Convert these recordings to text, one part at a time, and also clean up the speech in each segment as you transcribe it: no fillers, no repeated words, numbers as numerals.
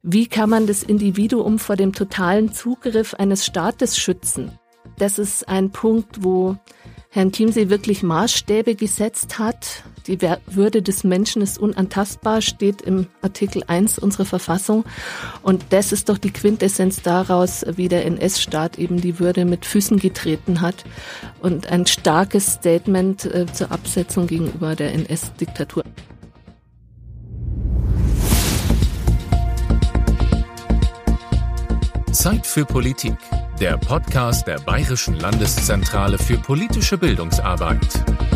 Wie kann man das Individuum vor dem totalen Zugriff eines Staates schützen? Das ist ein Punkt, wo Herrn Chiemsee wirklich Maßstäbe gesetzt hat. Die Würde des Menschen ist unantastbar, steht im Artikel 1 unserer Verfassung. Und das ist doch die Quintessenz daraus, wie der NS-Staat eben die Würde mit Füßen getreten hat. Und ein starkes Statement zur Absetzung gegenüber der NS-Diktatur. Zeit für Politik, der Podcast der Bayerischen Landeszentrale für politische Bildungsarbeit.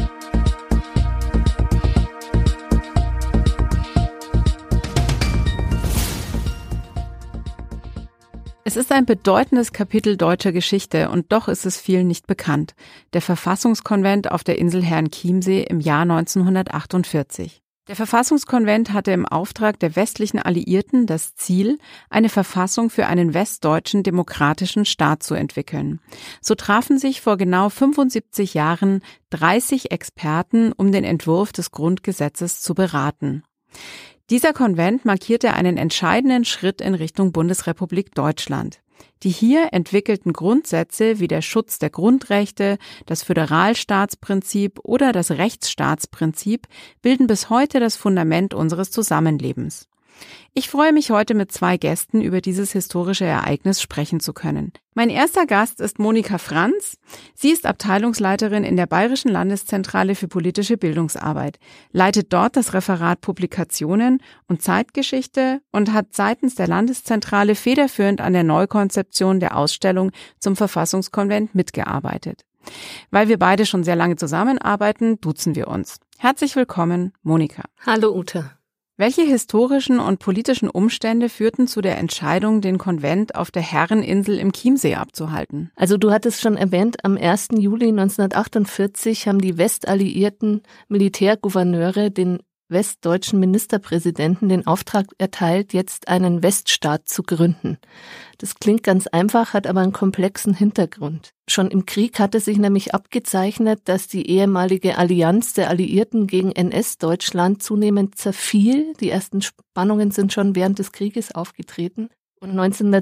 Es ist ein bedeutendes Kapitel deutscher Geschichte und doch ist es vielen nicht bekannt. Der Verfassungskonvent auf der Insel Herrenchiemsee im Jahr 1948. Der Verfassungskonvent hatte im Auftrag der westlichen Alliierten das Ziel, eine Verfassung für einen westdeutschen demokratischen Staat zu entwickeln. So trafen sich vor genau 75 Jahren 30 Experten, um den Entwurf des Grundgesetzes zu beraten. Dieser Konvent markierte einen entscheidenden Schritt in Richtung Bundesrepublik Deutschland. Die hier entwickelten Grundsätze wie der Schutz der Grundrechte, das Föderalstaatsprinzip oder das Rechtsstaatsprinzip bilden bis heute das Fundament unseres Zusammenlebens. Ich freue mich heute mit 2 Gästen über dieses historische Ereignis sprechen zu können. Mein erster Gast ist Monika Franz. Sie ist Abteilungsleiterin in der Bayerischen Landeszentrale für politische Bildungsarbeit, leitet dort das Referat Publikationen und Zeitgeschichte und hat seitens der Landeszentrale federführend an der Neukonzeption der Ausstellung zum Verfassungskonvent mitgearbeitet. Weil wir beide schon sehr lange zusammenarbeiten, duzen wir uns. Herzlich willkommen, Monika. Hallo Ute. Welche historischen und politischen Umstände führten zu der Entscheidung, den Konvent auf der Herreninsel im Chiemsee abzuhalten? Also du hattest schon erwähnt, am 1. Juli 1948 haben die westalliierten Militärgouverneure den westdeutschen Ministerpräsidenten den Auftrag erteilt, jetzt einen Weststaat zu gründen. Das klingt ganz einfach, hat aber einen komplexen Hintergrund. Schon im Krieg hatte sich nämlich abgezeichnet, dass die ehemalige Allianz der Alliierten gegen NS-Deutschland zunehmend zerfiel. Die ersten Spannungen sind schon während des Krieges aufgetreten. Und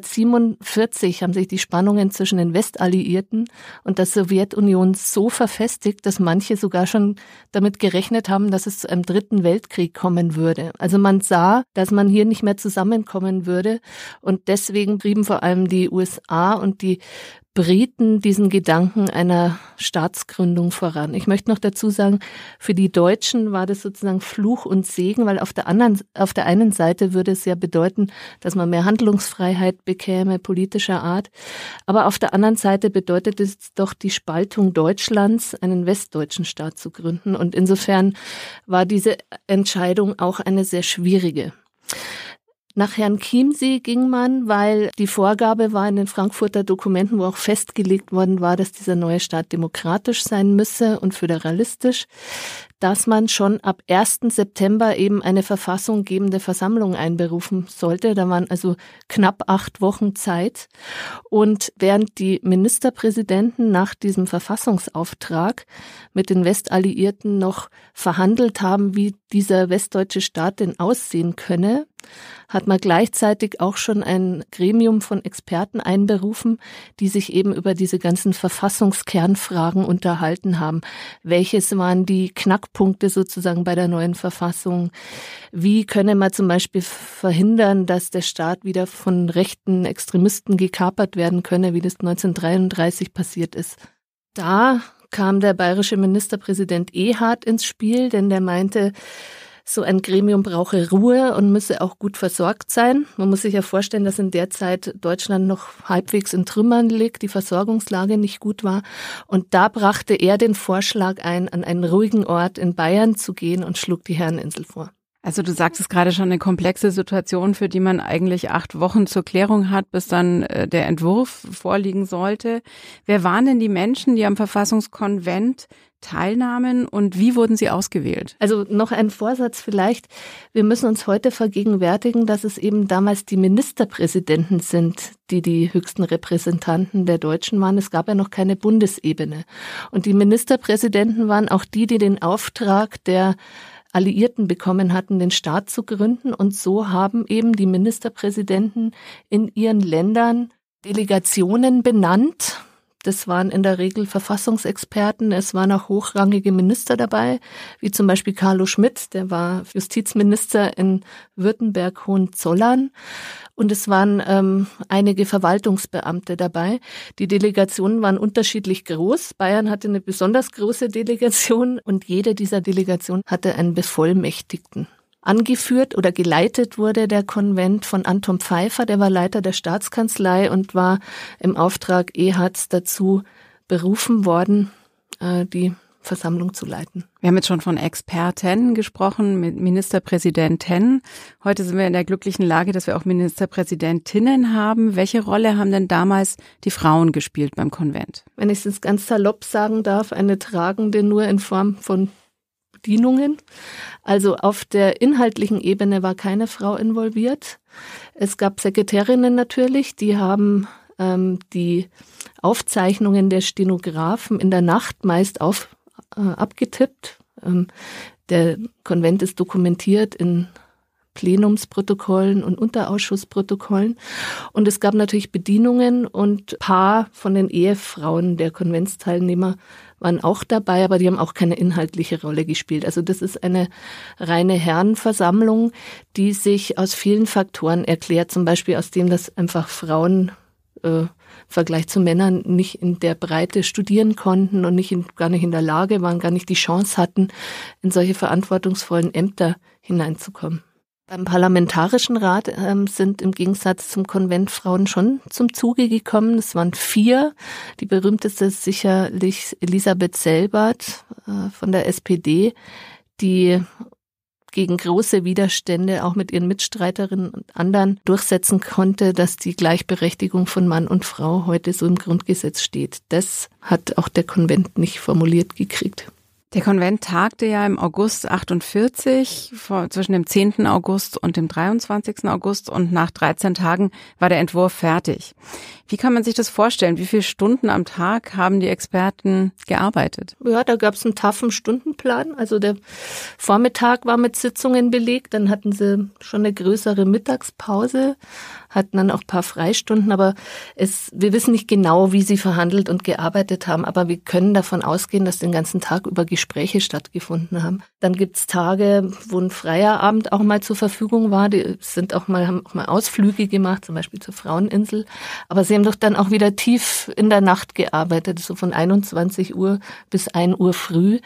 1947 haben sich die Spannungen zwischen den Westalliierten und der Sowjetunion so verfestigt, dass manche sogar schon damit gerechnet haben, dass es zu einem 3. Weltkrieg kommen würde. Also man sah, dass man hier nicht mehr zusammenkommen würde. Und deswegen trieben vor allem die USA und die Briten diesen Gedanken einer Staatsgründung voran. Ich möchte noch dazu sagen, für die Deutschen war das sozusagen Fluch und Segen, weil auf der einen Seite würde es ja bedeuten, dass man mehr Handlungsfreiheit bekäme, politischer Art. Aber auf der anderen Seite bedeutet es doch die Spaltung Deutschlands, einen westdeutschen Staat zu gründen. Und insofern war diese Entscheidung auch eine sehr schwierige. Nach Herrenchiemsee ging man, weil die Vorgabe war in den Frankfurter Dokumenten, wo auch festgelegt worden war, dass dieser neue Staat demokratisch sein müsse und föderalistisch, dass man schon ab 1. September eben eine verfassunggebende Versammlung einberufen sollte. Da waren also knapp 8 Wochen Zeit. Und während die Ministerpräsidenten nach diesem Verfassungsauftrag mit den Westalliierten noch verhandelt haben, wie dieser westdeutsche Staat denn aussehen könne, hat man gleichzeitig auch schon ein Gremium von Experten einberufen, die sich eben über diese ganzen Verfassungskernfragen unterhalten haben. Welches waren die Knackpunkte sozusagen bei der neuen Verfassung? Wie könne man zum Beispiel verhindern, dass der Staat wieder von rechten Extremisten gekapert werden könne, wie das 1933 passiert ist? Da kam der bayerische Ministerpräsident Ehard ins Spiel, denn der meinte, so ein Gremium brauche Ruhe und müsse auch gut versorgt sein. Man muss sich ja vorstellen, dass in der Zeit Deutschland noch halbwegs in Trümmern liegt, die Versorgungslage nicht gut war. Und da brachte er den Vorschlag ein, an einen ruhigen Ort in Bayern zu gehen und schlug die Herreninsel vor. Also du sagtest gerade schon, eine komplexe Situation, für die man eigentlich 8 Wochen zur Klärung hat, bis dann der Entwurf vorliegen sollte. Wer waren denn die Menschen, die am Verfassungskonvent teilnahmen und wie wurden sie ausgewählt? Also noch ein Vorsatz vielleicht. Wir müssen uns heute vergegenwärtigen, dass es eben damals die Ministerpräsidenten sind, die die höchsten Repräsentanten der Deutschen waren. Es gab ja noch keine Bundesebene. Und die Ministerpräsidenten waren auch die den Auftrag der Alliierten bekommen hatten, den Staat zu gründen. Und so haben eben die Ministerpräsidenten in ihren Ländern Delegationen benannt. Das waren in der Regel Verfassungsexperten. Es waren auch hochrangige Minister dabei, wie zum Beispiel Carlo Schmitt, der war Justizminister in Württemberg-Hohenzollern. Und es waren einige Verwaltungsbeamte dabei. Die Delegationen waren unterschiedlich groß. Bayern hatte eine besonders große Delegation und jede dieser Delegationen hatte einen Bevollmächtigten. Angeführt oder geleitet wurde der Konvent von Anton Pfeiffer, der war Leiter der Staatskanzlei und war im Auftrag Eharts dazu berufen worden, die Versammlung zu leiten. Wir haben jetzt schon von Experten gesprochen, mit Ministerpräsidenten. Heute sind wir in der glücklichen Lage, dass wir auch Ministerpräsidentinnen haben. Welche Rolle haben denn damals die Frauen gespielt beim Konvent? Wenn ich es jetzt ganz salopp sagen darf, eine tragende nur in Form von Bedienungen. Also auf der inhaltlichen Ebene war keine Frau involviert. Es gab Sekretärinnen natürlich, die haben die Aufzeichnungen der Stenografen in der Nacht meist abgetippt. Der Konvent ist dokumentiert in Plenumsprotokollen und Unterausschussprotokollen. Und es gab natürlich Bedienungen und ein paar von den Ehefrauen der Konventsteilnehmer waren auch dabei, aber die haben auch keine inhaltliche Rolle gespielt. Also das ist eine reine Herrenversammlung, die sich aus vielen Faktoren erklärt, zum Beispiel aus dem, dass einfach Frauen im Vergleich zu Männern nicht in der Breite studieren konnten und gar nicht in der Lage waren, gar nicht die Chance hatten, in solche verantwortungsvollen Ämter hineinzukommen. Beim Parlamentarischen Rat sind im Gegensatz zum Konvent Frauen schon zum Zuge gekommen. Es waren 4. Die berühmteste ist sicherlich Elisabeth Selbert von der SPD, die gegen große Widerstände auch mit ihren Mitstreiterinnen und anderen durchsetzen konnte, dass die Gleichberechtigung von Mann und Frau heute so im Grundgesetz steht. Das hat auch der Konvent nicht formuliert gekriegt. Der Konvent tagte ja im August 48, zwischen dem 10. August und dem 23. August und nach 13 Tagen war der Entwurf fertig. Wie kann man sich das vorstellen? Wie viele Stunden am Tag haben die Experten gearbeitet? Ja, da gab es einen taffen Stundenplan. Also der Vormittag war mit Sitzungen belegt, dann hatten sie schon eine größere Mittagspause, hatten dann auch ein paar Freistunden, aber wir wissen nicht genau, wie sie verhandelt und gearbeitet haben, aber wir können davon ausgehen, dass den ganzen Tag über Gespräche stattgefunden haben. Dann gibt's Tage, wo ein freier Abend auch mal zur Verfügung war. Die haben auch mal Ausflüge gemacht, zum Beispiel zur Fraueninsel. Aber sie haben doch dann auch wieder tief in der Nacht gearbeitet, so von 21 Uhr bis 1 Uhr früh.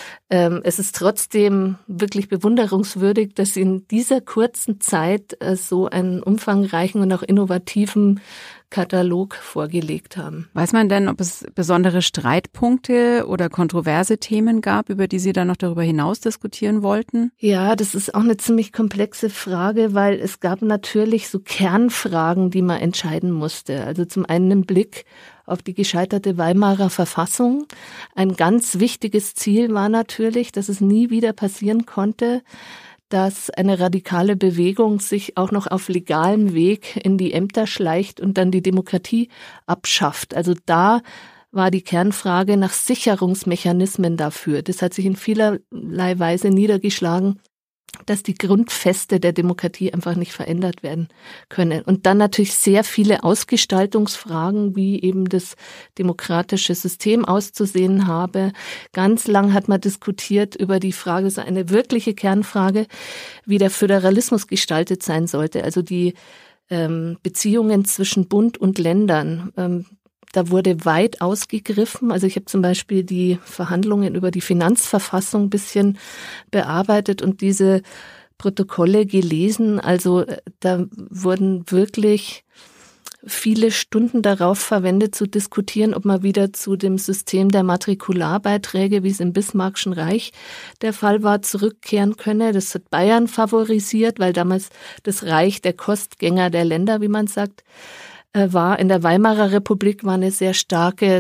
Es ist trotzdem wirklich bewunderungswürdig, dass sie in dieser kurzen Zeit so einen umfangreichen und auch innovativen Katalog vorgelegt haben. Weiß man denn, ob es besondere Streitpunkte oder kontroverse Themen gab, über die Sie dann noch darüber hinaus diskutieren wollten? Ja, das ist auch eine ziemlich komplexe Frage, weil es gab natürlich so Kernfragen, die man entscheiden musste. Also zum einen im Blick auf die gescheiterte Weimarer Verfassung. Ein ganz wichtiges Ziel war natürlich, dass es nie wieder passieren konnte, dass eine radikale Bewegung sich auch noch auf legalem Weg in die Ämter schleicht und dann die Demokratie abschafft. Also da war die Kernfrage nach Sicherungsmechanismen dafür. Das hat sich in vielerlei Weise niedergeschlagen, dass die Grundfeste der Demokratie einfach nicht verändert werden können. Und dann natürlich sehr viele Ausgestaltungsfragen, wie eben das demokratische System auszusehen habe. Ganz lang hat man diskutiert über die Frage, das ist eine wirkliche Kernfrage, wie der Föderalismus gestaltet sein sollte. Also die Beziehungen zwischen Bund und Ländern. Da wurde weit ausgegriffen. Also ich habe zum Beispiel die Verhandlungen über die Finanzverfassung ein bisschen bearbeitet und diese Protokolle gelesen. Also da wurden wirklich viele Stunden darauf verwendet, zu diskutieren, ob man wieder zu dem System der Matrikularbeiträge, wie es im Bismarckschen Reich der Fall war, zurückkehren könne. Das hat Bayern favorisiert, weil damals das Reich der Kostgänger der Länder, wie man sagt, war. In der Weimarer Republik war ein sehr starker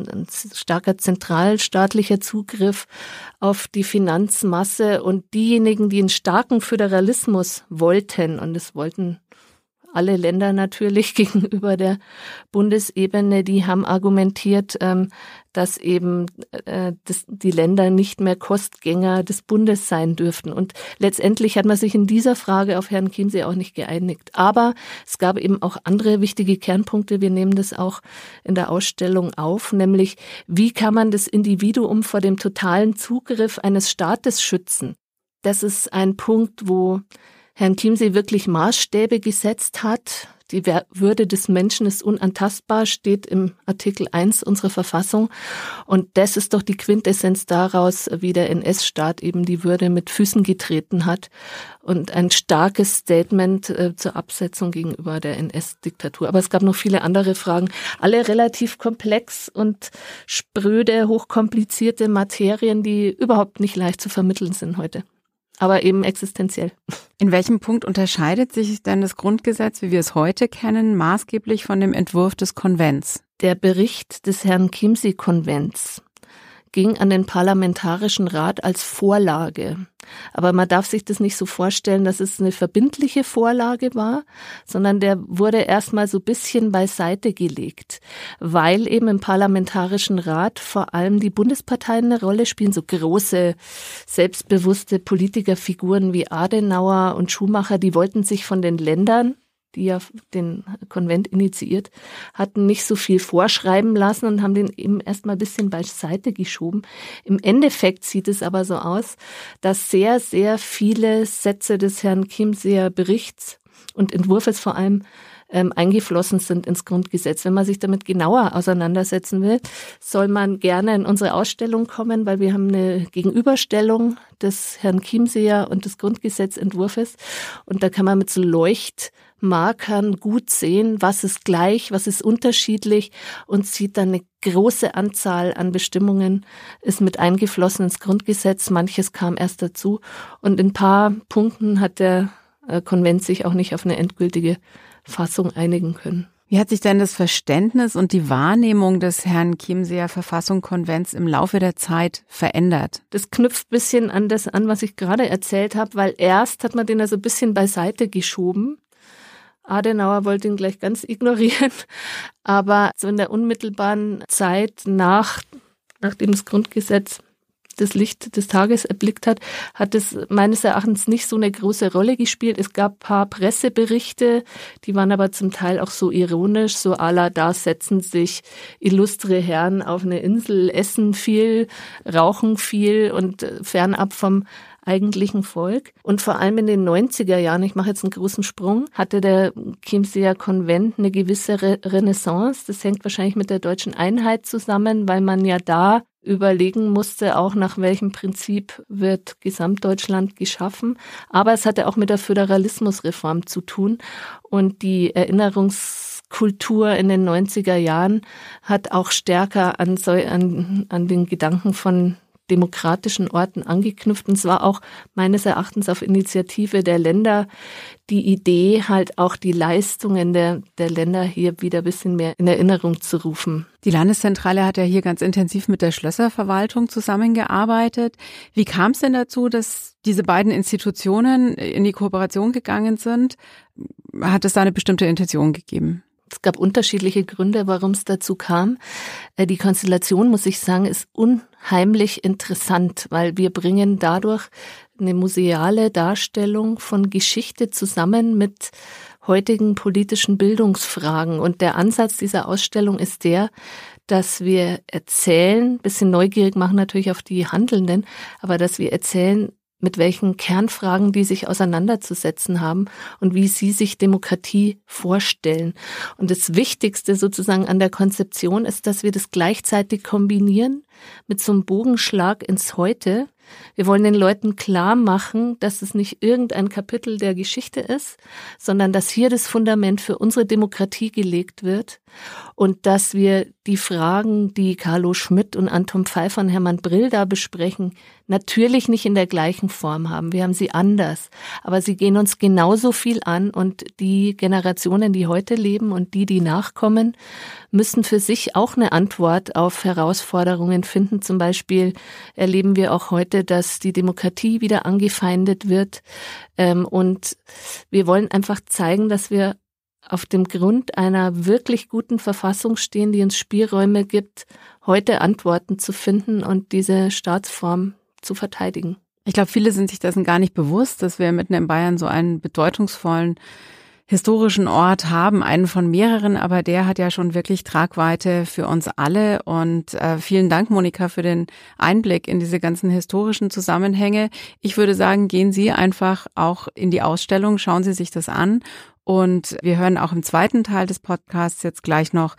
zentralstaatlicher Zugriff auf die Finanzmasse und diejenigen, die einen starken Föderalismus wollten, und es wollten alle Länder natürlich gegenüber der Bundesebene, die haben argumentiert, dass eben die Länder nicht mehr Kostgänger des Bundes sein dürften. Und letztendlich hat man sich in dieser Frage auf Herrn Chiemsee auch nicht geeinigt. Aber es gab eben auch andere wichtige Kernpunkte. Wir nehmen das auch in der Ausstellung auf, nämlich wie kann man das Individuum vor dem totalen Zugriff eines Staates schützen? Das ist ein Punkt, wo Herrn Chiemsee wirklich Maßstäbe gesetzt hat. Die Würde des Menschen ist unantastbar, steht im Artikel 1 unserer Verfassung. Und das ist doch die Quintessenz daraus, wie der NS-Staat eben die Würde mit Füßen getreten hat. Und ein starkes Statement zur Absetzung gegenüber der NS-Diktatur. Aber es gab noch viele andere Fragen, alle relativ komplex und spröde, hochkomplizierte Materien, die überhaupt nicht leicht zu vermitteln sind heute. Aber eben existenziell. In welchem Punkt unterscheidet sich denn das Grundgesetz, wie wir es heute kennen, maßgeblich von dem Entwurf des Konvents? Der Bericht des Herrn Chiemsee-Konvents ging an den Parlamentarischen Rat als Vorlage. Aber man darf sich das nicht so vorstellen, dass es eine verbindliche Vorlage war, sondern der wurde erstmal so ein bisschen beiseite gelegt, weil eben im Parlamentarischen Rat vor allem die Bundesparteien eine Rolle spielen, so große, selbstbewusste Politikerfiguren wie Adenauer und Schumacher, die wollten sich von den Ländern, die ja den Konvent initiiert hatten, nicht so viel vorschreiben lassen und haben den eben erstmal ein bisschen beiseite geschoben. Im Endeffekt sieht es aber so aus, dass sehr, sehr viele Sätze des Herrn Chiemseer Berichts und Entwurfs vor allem eingeflossen sind ins Grundgesetz. Wenn man sich damit genauer auseinandersetzen will, soll man gerne in unsere Ausstellung kommen, weil wir haben eine Gegenüberstellung des Herrn Chiemseer und des Grundgesetzentwurfs und da kann man mit so Leuchtmarkern gut sehen, was ist gleich, was ist unterschiedlich und sieht dann eine große Anzahl an Bestimmungen ist mit eingeflossen ins Grundgesetz. Manches kam erst dazu und in ein paar Punkten hat der Konvent sich auch nicht auf eine endgültige Fassung einigen können. Wie hat sich denn das Verständnis und die Wahrnehmung des Herrn Chiemseer Verfassungskonvents im Laufe der Zeit verändert? Das knüpft ein bisschen an das an, was ich gerade erzählt habe, weil erst hat man den also ein bisschen beiseite geschoben. Adenauer wollte ihn gleich ganz ignorieren, aber so in der unmittelbaren Zeit nachdem das Grundgesetz das Licht des Tages erblickt hat es meines Erachtens nicht so eine große Rolle gespielt. Es gab ein paar Presseberichte, die waren aber zum Teil auch so ironisch, so à la da setzen sich illustre Herren auf eine Insel, essen viel, rauchen viel und fernab vom eigentlichen Volk. Und vor allem in den 90er Jahren, ich mache jetzt einen großen Sprung, hatte der Chiemseer Konvent eine gewisse Renaissance. Das hängt wahrscheinlich mit der deutschen Einheit zusammen, weil man ja da überlegen musste, auch nach welchem Prinzip wird Gesamtdeutschland geschaffen. Aber es hatte auch mit der Föderalismusreform zu tun. Und die Erinnerungskultur in den 90er Jahren hat auch stärker an den Gedanken von demokratischen Orten angeknüpft. Und es war auch meines Erachtens auf Initiative der Länder die Idee, halt auch die Leistungen der Länder hier wieder ein bisschen mehr in Erinnerung zu rufen. Die Landeszentrale hat ja hier ganz intensiv mit der Schlösserverwaltung zusammengearbeitet. Wie kam es denn dazu, dass diese beiden Institutionen in die Kooperation gegangen sind? Hat es da eine bestimmte Intention gegeben? Es gab unterschiedliche Gründe, warum es dazu kam. Die Konstellation, muss ich sagen, ist unheimlich interessant, weil wir bringen dadurch eine museale Darstellung von Geschichte zusammen mit heutigen politischen Bildungsfragen. Und der Ansatz dieser Ausstellung ist der, dass wir erzählen, bisschen neugierig machen natürlich auf die Handelnden, aber dass wir erzählen, mit welchen Kernfragen die sich auseinanderzusetzen haben und wie sie sich Demokratie vorstellen. Und das Wichtigste sozusagen an der Konzeption ist, dass wir das gleichzeitig kombinieren mit so einem Bogenschlag ins Heute. Wir wollen den Leuten klar machen, dass es nicht irgendein Kapitel der Geschichte ist, sondern dass hier das Fundament für unsere Demokratie gelegt wird und dass wir die Fragen, die Carlo Schmitt und Anton Pfeiffer und Hermann Brill da besprechen, natürlich nicht in der gleichen Form haben. Wir haben sie anders, aber sie gehen uns genauso viel an und die Generationen, die heute leben und die nachkommen, müssen für sich auch eine Antwort auf Herausforderungen finden. Zum Beispiel erleben wir auch heute, dass die Demokratie wieder angefeindet wird. Und wir wollen einfach zeigen, dass wir auf dem Grund einer wirklich guten Verfassung stehen, die uns Spielräume gibt, heute Antworten zu finden und diese Staatsform zu verteidigen. Ich glaube, viele sind sich dessen gar nicht bewusst, dass wir mitten in Bayern so einen bedeutungsvollen historischen Ort haben, einen von mehreren, aber der hat ja schon wirklich Tragweite für uns alle. Und vielen Dank, Monika, für den Einblick in diese ganzen historischen Zusammenhänge. Ich würde sagen, gehen Sie einfach auch in die Ausstellung, schauen Sie sich das an. Und wir hören auch im zweiten Teil des Podcasts jetzt gleich noch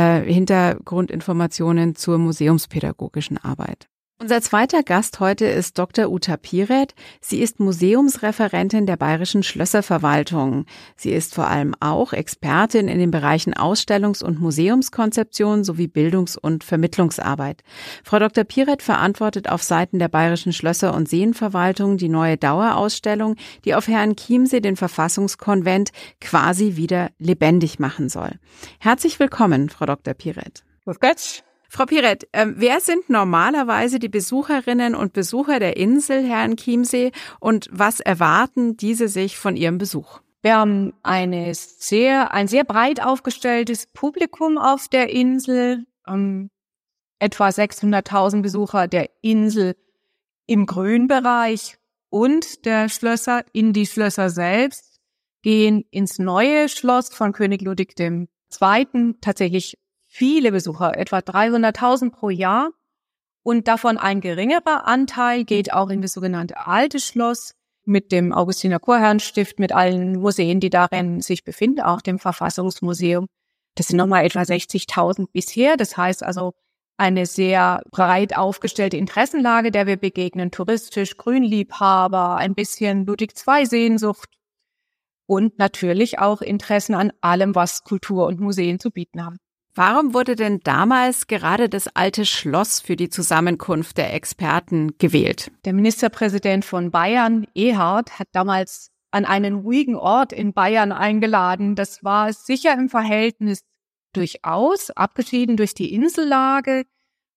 Hintergrundinformationen zur museumspädagogischen Arbeit. Unser zweiter Gast heute ist Dr. Uta Piret. Sie ist Museumsreferentin der Bayerischen Schlösserverwaltung. Sie ist vor allem auch Expertin in den Bereichen Ausstellungs- und Museumskonzeption sowie Bildungs- und Vermittlungsarbeit. Frau Dr. Piret verantwortet auf Seiten der Bayerischen Schlösser- und Seenverwaltung die neue Dauerausstellung, die auf Herrenchiemsee den Verfassungskonvent quasi wieder lebendig machen soll. Herzlich willkommen, Frau Dr. Piret. Grüß Gott. Frau Piret, wer sind normalerweise die Besucherinnen und Besucher der Insel Herrenchiemsee und was erwarten diese sich von ihrem Besuch? Wir haben ein sehr breit aufgestelltes Publikum auf der Insel, etwa 600.000 Besucher der Insel im Grünbereich und der Schlösser in die Schlösser selbst, gehen ins neue Schloss von König Ludwig II. Tatsächlich viele Besucher, etwa 300.000 pro Jahr. Und davon ein geringerer Anteil geht auch in das sogenannte Alte Schloss mit dem Augustiner Chorherrenstift, mit allen Museen, die darin sich befinden, auch dem Verfassungsmuseum. Das sind nochmal etwa 60.000 bisher. Das heißt also eine sehr breit aufgestellte Interessenlage, der wir begegnen. Touristisch, Grünliebhaber, ein bisschen Ludwig-II-Sehnsucht und natürlich auch Interessen an allem, was Kultur und Museen zu bieten haben. Warum wurde denn damals gerade das Alte Schloss für die Zusammenkunft der Experten gewählt? Der Ministerpräsident von Bayern, Ehard, hat damals an einen ruhigen Ort in Bayern eingeladen. Das war sicher im Verhältnis durchaus, abgeschieden durch die Insellage.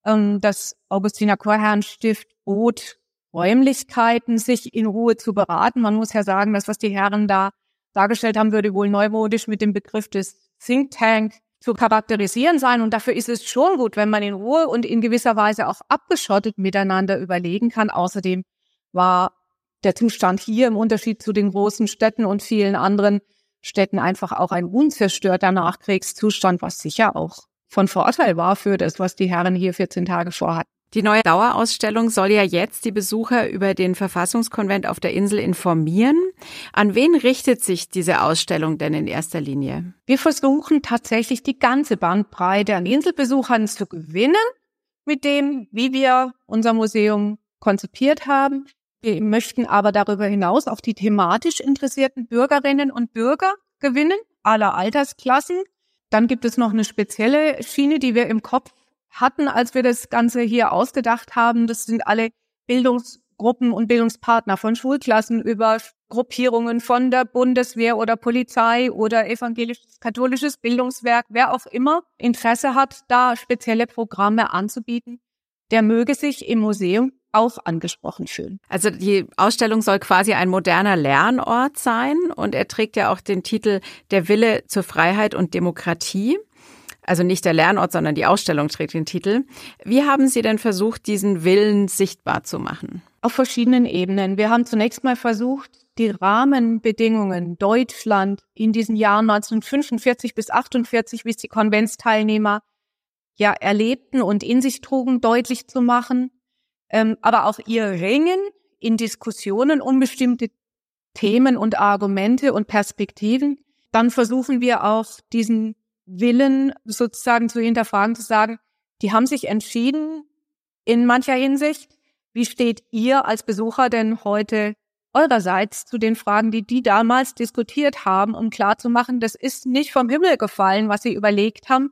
Das Augustiner Chorherrenstift bot Räumlichkeiten, sich in Ruhe zu beraten. Man muss ja sagen, das, was die Herren da dargestellt haben, würde wohl neumodisch mit dem Begriff des Think Tank zu charakterisieren sein. Und dafür ist es schon gut, wenn man in Ruhe und in gewisser Weise auch abgeschottet miteinander überlegen kann. Außerdem war der Zustand hier im Unterschied zu den großen Städten und vielen anderen Städten einfach auch ein unzerstörter Nachkriegszustand, was sicher auch von Vorteil war für das, was die Herren hier 14 Tage vorhatten. Die neue Dauerausstellung soll ja jetzt die Besucher über den Verfassungskonvent auf der Insel informieren. An wen richtet sich diese Ausstellung denn in erster Linie? Wir versuchen tatsächlich die ganze Bandbreite an Inselbesuchern zu gewinnen, mit dem, wie wir unser Museum konzipiert haben. Wir möchten aber darüber hinaus auch die thematisch interessierten Bürgerinnen und Bürger gewinnen, aller Altersklassen. Dann gibt es noch eine spezielle Schiene, die wir im Kopf hatten, als wir das Ganze hier ausgedacht haben. Das sind alle Bildungsgruppen und Bildungspartner von Schulklassen über Gruppierungen von der Bundeswehr oder Polizei oder evangelisch-katholisches Bildungswerk. Wer auch immer Interesse hat, da spezielle Programme anzubieten, der möge sich im Museum auch angesprochen fühlen. Also die Ausstellung soll quasi ein moderner Lernort sein und er trägt ja auch den Titel Der Wille zur Freiheit und Demokratie. Also nicht der Lernort, sondern die Ausstellung trägt den Titel. Wie haben Sie denn versucht, diesen Willen sichtbar zu machen? Auf verschiedenen Ebenen. Wir haben zunächst mal versucht, die Rahmenbedingungen Deutschland in diesen Jahren 1945 bis 1948, wie es die Konventsteilnehmer ja erlebten und in sich trugen, deutlich zu machen. Aber auch ihr Ringen in Diskussionen um bestimmte Themen und Argumente und Perspektiven. Dann versuchen wir auch diesen Willen sozusagen zu hinterfragen, zu sagen, die haben sich entschieden in mancher Hinsicht. Wie steht ihr als Besucher denn heute eurerseits zu den Fragen, die damals diskutiert haben, um klarzumachen, das ist nicht vom Himmel gefallen, was sie überlegt haben.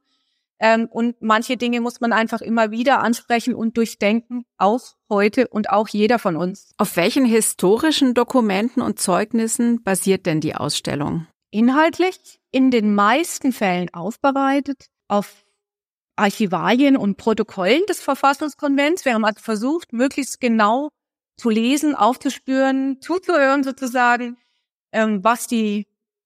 Und manche Dinge muss man einfach immer wieder ansprechen und durchdenken, auch heute und auch jeder von uns. Auf welchen historischen Dokumenten und Zeugnissen basiert denn die Ausstellung? Inhaltlich in den meisten Fällen aufbereitet auf Archivalien und Protokollen des Verfassungskonvents. Wir haben also versucht, möglichst genau zu lesen, aufzuspüren, zuzuhören sozusagen, was die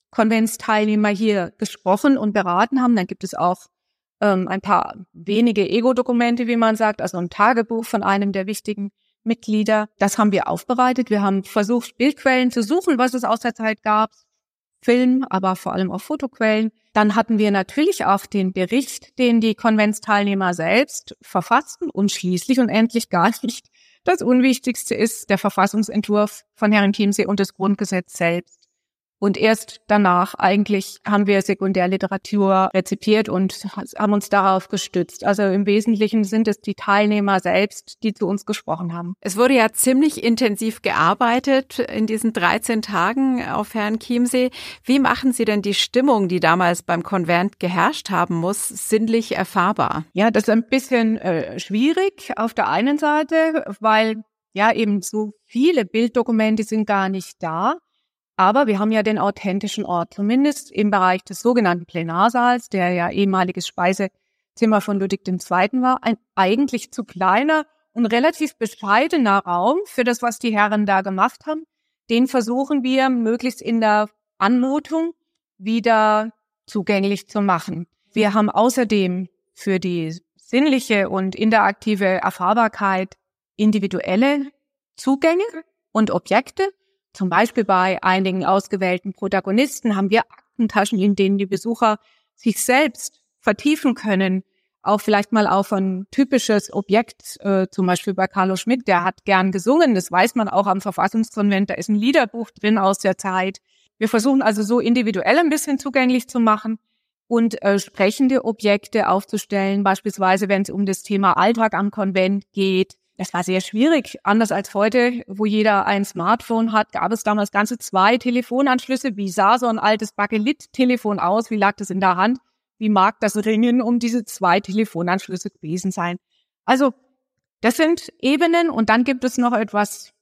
Konventsteilnehmer hier gesprochen und beraten haben. Dann gibt es auch ein paar wenige Ego-Dokumente, wie man sagt, also ein Tagebuch von einem der wichtigen Mitglieder. Das haben wir aufbereitet. Wir haben versucht, Bildquellen zu suchen, was es aus der Zeit gab. Film, aber vor allem auch Fotoquellen. Dann hatten wir natürlich auch den Bericht, den die Konventsteilnehmer selbst verfassten und schließlich und endlich gar nicht das Unwichtigste ist der Verfassungsentwurf von Herrenchiemsee und das Grundgesetz selbst. Und erst danach eigentlich haben wir Sekundärliteratur rezipiert und haben uns darauf gestützt. Also im Wesentlichen sind es die Teilnehmer selbst, die zu uns gesprochen haben. Es wurde ja ziemlich intensiv gearbeitet in diesen 13 Tagen auf Herrenchiemsee. Wie machen Sie denn die Stimmung, die damals beim Konvent geherrscht haben muss, sinnlich erfahrbar? Ja, das ist ein bisschen schwierig auf der einen Seite, weil ja eben so viele Bilddokumente sind gar nicht da. Aber wir haben ja den authentischen Ort, zumindest im Bereich des sogenannten Plenarsaals, der ja ehemaliges Speisezimmer von Ludwig II. War, ein eigentlich zu kleiner und relativ bescheidener Raum für das, was die Herren da gemacht haben. Den versuchen wir möglichst in der Anmutung wieder zugänglich zu machen. Wir haben außerdem für die sinnliche und interaktive Erfahrbarkeit individuelle Zugänge und Objekte. Zum Beispiel bei einigen ausgewählten Protagonisten haben wir Aktentaschen, in denen die Besucher sich selbst vertiefen können. Auch vielleicht mal auf ein typisches Objekt, zum Beispiel bei Carlo Schmidt, der hat gern gesungen. Das weiß man auch am Verfassungskonvent, da ist ein Liederbuch drin aus der Zeit. Wir versuchen also so individuell ein bisschen zugänglich zu machen und sprechende Objekte aufzustellen, beispielsweise wenn es um das Thema Alltag am Konvent geht. Das war sehr schwierig. Anders als heute, wo jeder ein Smartphone hat, gab es damals ganze 2 Telefonanschlüsse. Wie sah so ein altes Bakelit-Telefon aus? Wie lag das in der Hand? Wie mag das Ringen um diese 2 Telefonanschlüsse gewesen sein? Also, das sind Ebenen. Und dann gibt es noch etwas,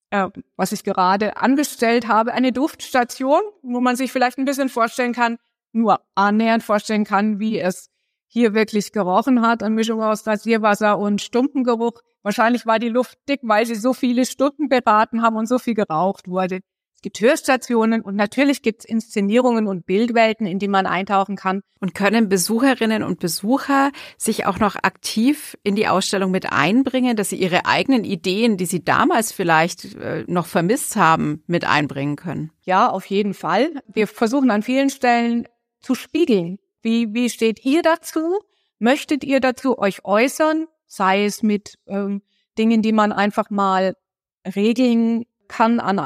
was ich gerade angestellt habe, eine Duftstation, wo man sich vielleicht ein bisschen vorstellen kann, nur annähernd vorstellen kann, wie es hier wirklich gerochen hat. Eine Mischung aus Rasierwasser und Stumpengeruch. Wahrscheinlich war die Luft dick, weil sie so viele Stunden beraten haben und so viel geraucht wurde. Es gibt Hörstationen und natürlich gibt es Inszenierungen und Bildwelten, in die man eintauchen kann. Und können Besucherinnen und Besucher sich auch noch aktiv in die Ausstellung mit einbringen, dass sie ihre eigenen Ideen, die sie damals vielleicht noch vermisst haben, mit einbringen können? Ja, auf jeden Fall. Wir versuchen an vielen Stellen zu spiegeln. Wie steht ihr dazu? Möchtet ihr dazu euch äußern? Sei es mit Dingen, die man einfach mal regeln kann an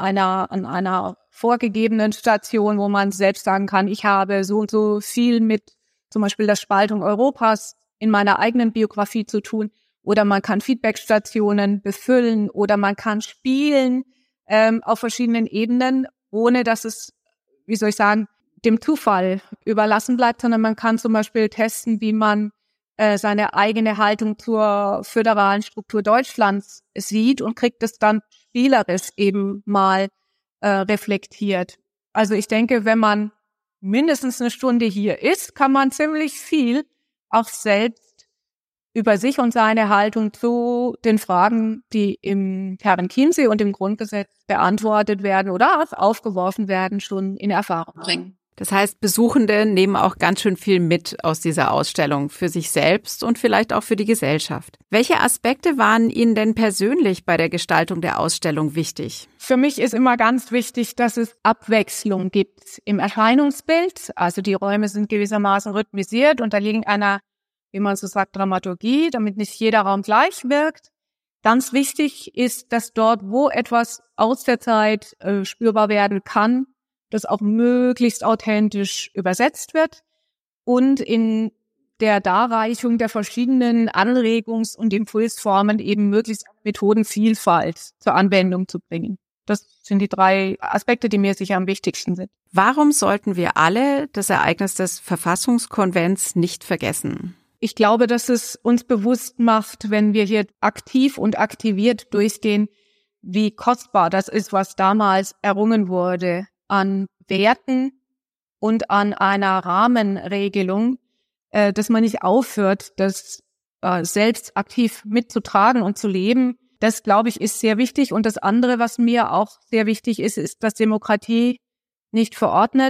einer vorgegebenen Station, wo man selbst sagen kann, ich habe so und so viel mit zum Beispiel der Spaltung Europas in meiner eigenen Biografie zu tun. Oder man kann Feedbackstationen befüllen oder man kann spielen auf verschiedenen Ebenen, ohne dass es, wie soll ich sagen, dem Zufall überlassen bleibt, sondern man kann zum Beispiel testen, wie man seine eigene Haltung zur föderalen Struktur Deutschlands sieht und kriegt es dann spielerisch eben mal reflektiert. Also ich denke, wenn man mindestens eine Stunde hier ist, kann man ziemlich viel auch selbst über sich und seine Haltung zu den Fragen, die im Herrenchiemsee und im Grundgesetz beantwortet werden oder auch aufgeworfen werden, schon in Erfahrung bringen. Das heißt, Besuchende nehmen auch ganz schön viel mit aus dieser Ausstellung für sich selbst und vielleicht auch für die Gesellschaft. Welche Aspekte waren Ihnen denn persönlich bei der Gestaltung der Ausstellung wichtig? Für mich ist immer ganz wichtig, dass es Abwechslung gibt im Erscheinungsbild. Also die Räume sind gewissermaßen rhythmisiert, unterliegen einer, wie man so sagt, Dramaturgie, damit nicht jeder Raum gleich wirkt. Ganz wichtig ist, dass dort, wo etwas aus der Zeit spürbar werden kann, das auch möglichst authentisch übersetzt wird und in der Darreichung der verschiedenen Anregungs- und Impulsformen eben möglichst Methodenvielfalt zur Anwendung zu bringen. Das sind die 3 Aspekte, die mir sicher am wichtigsten sind. Warum sollten wir alle das Ereignis des Verfassungskonvents nicht vergessen? Ich glaube, dass es uns bewusst macht, wenn wir hier aktiv und aktiviert durchgehen, wie kostbar das ist, was damals errungen wurde an Werten und an einer Rahmenregelung, dass man nicht aufhört, das selbst aktiv mitzutragen und zu leben. Das, glaube ich, ist sehr wichtig. Und das andere, was mir auch sehr wichtig ist, ist, dass Demokratie nicht verordnet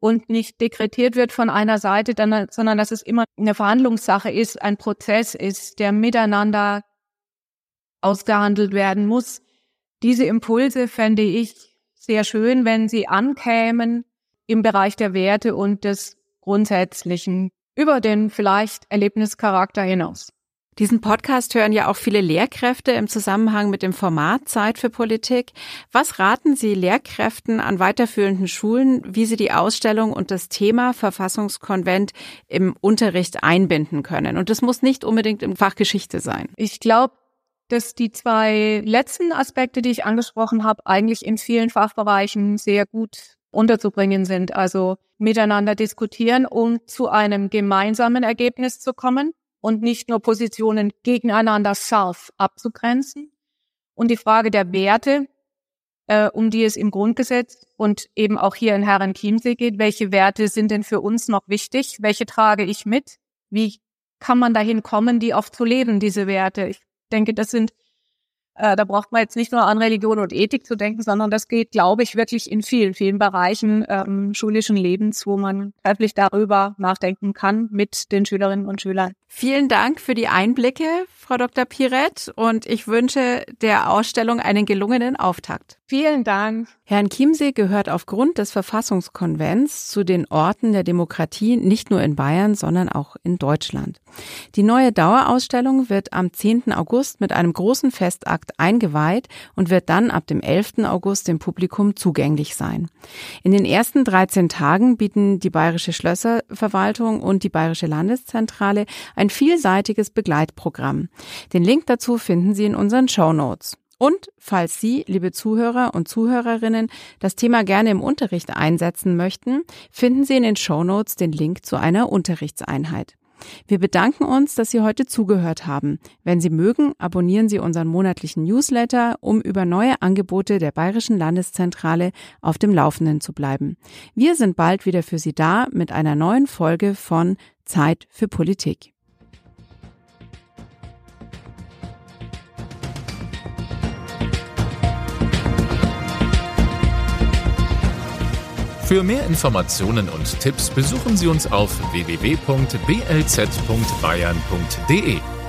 und nicht dekretiert wird von einer Seite, sondern dass es immer eine Verhandlungssache ist, ein Prozess ist, der miteinander ausgehandelt werden muss. Diese Impulse fände ich sehr schön, wenn sie ankämen im Bereich der Werte und des Grundsätzlichen über den vielleicht Erlebnischarakter hinaus. Diesen Podcast hören ja auch viele Lehrkräfte im Zusammenhang mit dem Format Zeit für Politik. Was raten Sie Lehrkräften an weiterführenden Schulen, wie sie die Ausstellung und das Thema Verfassungskonvent im Unterricht einbinden können? Und das muss nicht unbedingt im Fach Geschichte sein. Ich glaube, dass die zwei letzten Aspekte, die ich angesprochen habe, eigentlich in vielen Fachbereichen sehr gut unterzubringen sind. Also miteinander diskutieren, um zu einem gemeinsamen Ergebnis zu kommen und nicht nur Positionen gegeneinander scharf abzugrenzen. Und die Frage der Werte, um die es im Grundgesetz und eben auch hier in Herrenchiemsee geht. Welche Werte sind denn für uns noch wichtig? Welche trage ich mit? Wie kann man dahin kommen, die auch zu leben, diese Werte? Ich denke, das sind, da braucht man jetzt nicht nur an Religion und Ethik zu denken, sondern das geht, glaube ich, wirklich in vielen, vielen Bereichen schulischen Lebens, wo man trefflich darüber nachdenken kann mit den Schülerinnen und Schülern. Vielen Dank für die Einblicke, Frau Dr. Pirett, und ich wünsche der Ausstellung einen gelungenen Auftakt. Vielen Dank. Herrenchiemsee gehört aufgrund des Verfassungskonvents zu den Orten der Demokratie nicht nur in Bayern, sondern auch in Deutschland. Die neue Dauerausstellung wird am 10. August mit einem großen Festakt eingeweiht und wird dann ab dem 11. August dem Publikum zugänglich sein. In den ersten 13 Tagen bieten die Bayerische Schlösserverwaltung und die Bayerische Landeszentrale ein vielseitiges Begleitprogramm. Den Link dazu finden Sie in unseren Shownotes. Und falls Sie, liebe Zuhörer und Zuhörerinnen, das Thema gerne im Unterricht einsetzen möchten, finden Sie in den Shownotes den Link zu einer Unterrichtseinheit. Wir bedanken uns, dass Sie heute zugehört haben. Wenn Sie mögen, abonnieren Sie unseren monatlichen Newsletter, um über neue Angebote der Bayerischen Landeszentrale auf dem Laufenden zu bleiben. Wir sind bald wieder für Sie da mit einer neuen Folge von Zeit für Politik. Für mehr Informationen und Tipps besuchen Sie uns auf www.blz.bayern.de.